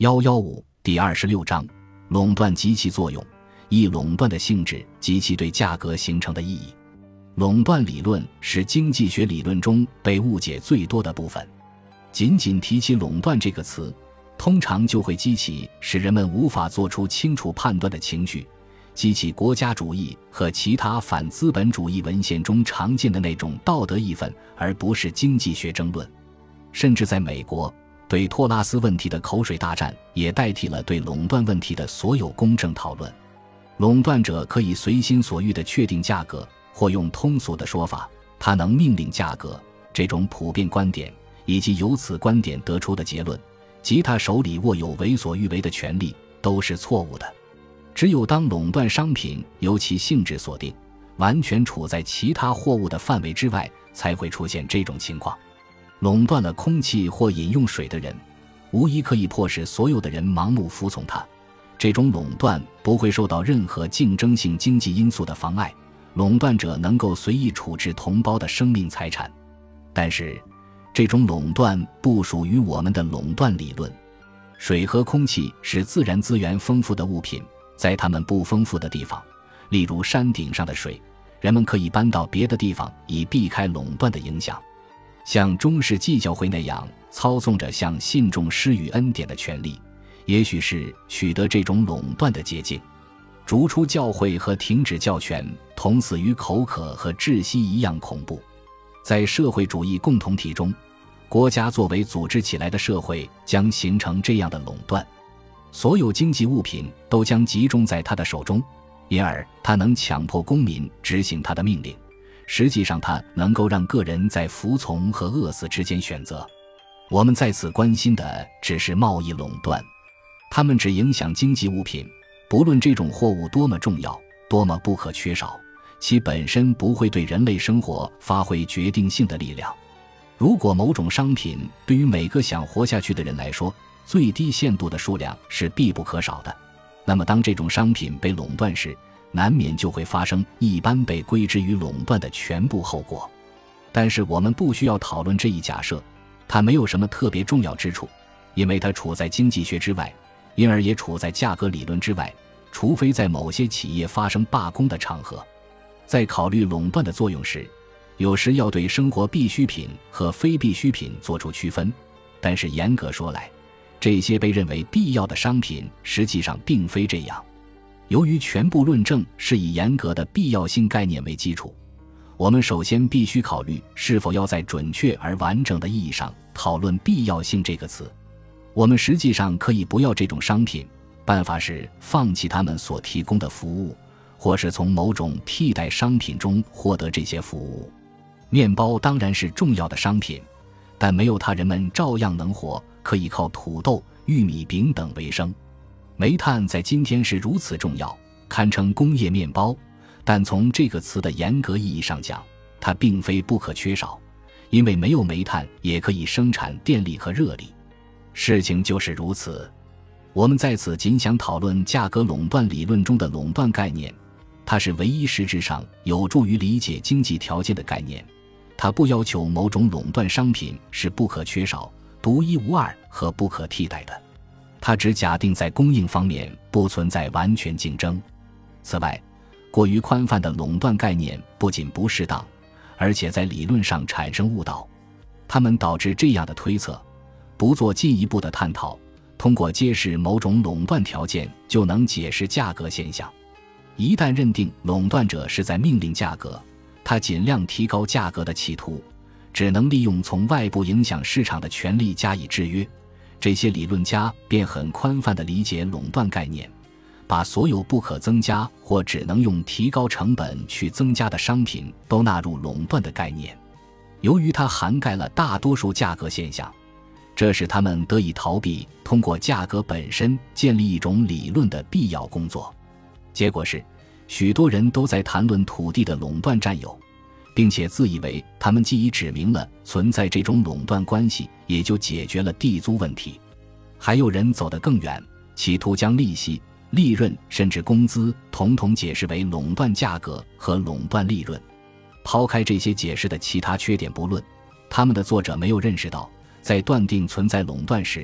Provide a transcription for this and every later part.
115第26章垄断及其作用，一垄断的性质及其对价格形成的意义。垄断理论是经济学理论中被误解最多的部分。仅仅提起垄断这个词，通常就会激起使人们无法做出清楚判断的情绪，激起国家主义和其他反资本主义文献中常见的那种道德义愤，而不是经济学争论。甚至在美国，对托拉斯问题的口水大战也代替了对垄断问题的所有公正讨论。垄断者可以随心所欲地确定价格，或用通俗的说法，他能命令价格，这种普遍观点以及由此观点得出的结论，即他手里握有为所欲为的权利，都是错误的。只有当垄断商品由其性质锁定，完全处在其他货物的范围之外，才会出现这种情况。垄断了空气或饮用水的人，无疑可以迫使所有的人盲目服从他。这种垄断不会受到任何竞争性经济因素的妨碍，垄断者能够随意处置同胞的生命财产。但是，这种垄断不属于我们的垄断理论。水和空气是自然资源丰富的物品，在它们不丰富的地方，例如山顶上的水，人们可以搬到别的地方以避开垄断的影响。像中世纪教会那样操纵着向信众施予恩典的权利，也许是取得这种垄断的捷径。逐出教会和停止教权同死于口渴和窒息一样恐怖。在社会主义共同体中，国家作为组织起来的社会将形成这样的垄断，所有经济物品都将集中在他的手中，因而他能强迫公民执行他的命令。实际上他能够让个人在服从和饿死之间选择。我们在此关心的只是贸易垄断，它们只影响经济物品，不论这种货物多么重要，多么不可缺少，其本身不会对人类生活发挥决定性的力量。如果某种商品对于每个想活下去的人来说，最低限度的数量是必不可少的，那么当这种商品被垄断时，难免就会发生一般被归之于垄断的全部后果。但是我们不需要讨论这一假设，它没有什么特别重要之处，因为它处在经济学之外，因而也处在价格理论之外，除非在某些企业发生罢工的场合。在考虑垄断的作用时，有时要对生活必需品和非必需品做出区分，但是严格说来，这些被认为必要的商品实际上并非这样。由于全部论证是以严格的必要性概念为基础，我们首先必须考虑是否要在准确而完整的意义上讨论必要性这个词。我们实际上可以不要这种商品，办法是放弃他们所提供的服务，或是从某种替代商品中获得这些服务。面包当然是重要的商品，但没有它人们照样能活，可以靠土豆、玉米饼等为生。煤炭在今天是如此重要，堪称工业面包，但从这个词的严格意义上讲，它并非不可缺少，因为没有煤炭也可以生产电力和热力。事情就是如此。我们在此仅想讨论价格垄断理论中的垄断概念，它是唯一实质上有助于理解经济条件的概念。它不要求某种垄断商品是不可缺少、独一无二和不可替代的，它只假定在供应方面不存在完全竞争。此外，过于宽泛的垄断概念不仅不适当，而且在理论上产生误导。它们导致这样的推测：不做进一步的探讨，通过揭示某种垄断条件就能解释价格现象。一旦认定垄断者是在命令价格，他尽量提高价格的企图只能利用从外部影响市场的权利加以制约。这些理论家便很宽泛地理解垄断概念，把所有不可增加或只能用提高成本去增加的商品都纳入垄断的概念。由于它涵盖了大多数价格现象，这使他们得以逃避通过价格本身建立一种理论的必要工作。结果是，许多人都在谈论土地的垄断占有，并且自以为他们既已指明了存在这种垄断关系，也就解决了地租问题。还有人走得更远，企图将利息、利润甚至工资统统解释为垄断价格和垄断利润。抛开这些解释的其他缺点不论，他们的作者没有认识到，在断定存在垄断时，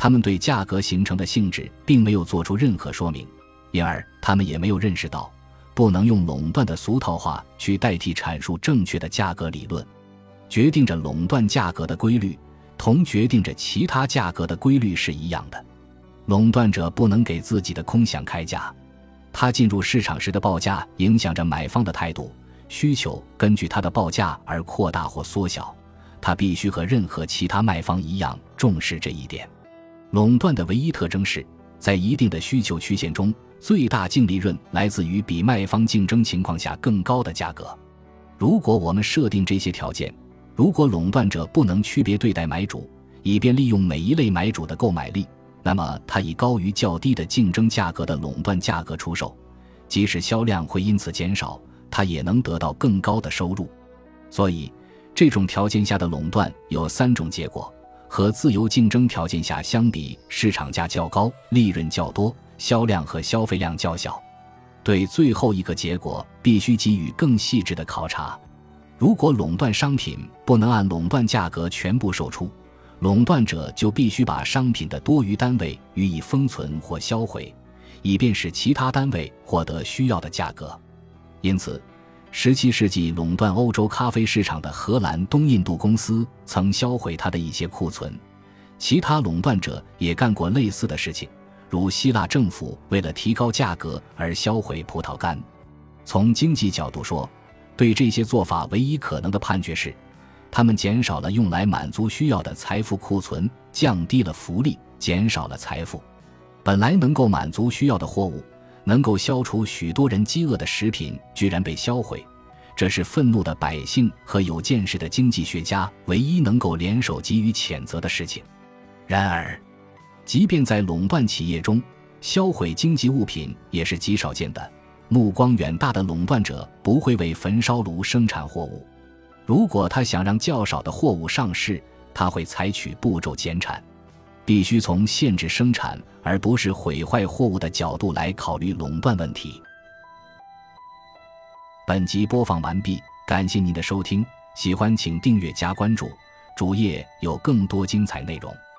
他们对价格形成的性质并没有做出任何说明，因而他们也没有认识到不能用垄断的俗套话去代替阐述正确的价格理论。决定着垄断价格的规律同决定着其他价格的规律是一样的。垄断者不能给自己的空想开价，他进入市场时的报价影响着买方的态度，需求根据他的报价而扩大或缩小，他必须和任何其他卖方一样重视这一点。垄断的唯一特征是，在一定的需求曲线中，最大净利润来自于比卖方竞争情况下更高的价格。如果我们设定这些条件，如果垄断者不能区别对待买主，以便利用每一类买主的购买力，那么他以高于较低的竞争价格的垄断价格出售，即使销量会因此减少，他也能得到更高的收入。所以这种条件下的垄断有3种结果，和自由竞争条件下相比，市场价较高，利润较多，销量和消费量较小。对最后一个结果必须给予更细致的考察。如果垄断商品不能按垄断价格全部售出，垄断者就必须把商品的多余单位予以封存或销毁，以便使其他单位获得需要的价格。因此17世纪垄断欧洲咖啡市场的荷兰东印度公司曾销毁它的一些库存，其他垄断者也干过类似的事情，如希腊政府为了提高价格而销毁葡萄干。从经济角度说，对这些做法唯一可能的判决是，他们减少了用来满足需要的财富库存，降低了福利，减少了财富。本来能够满足需要的货物，能够消除许多人饥饿的食品居然被销毁，这是愤怒的百姓和有见识的经济学家唯一能够联手给予谴责的事情。然而即便在垄断企业中，销毁经济物品也是极少见的。目光远大的垄断者不会为焚烧炉生产货物，如果他想让较少的货物上市，他会采取步骤减产。必须从限制生产而不是毁坏货物的角度来考虑垄断问题。本集播放完毕，感谢您的收听，喜欢请订阅加关注，主页有更多精彩内容。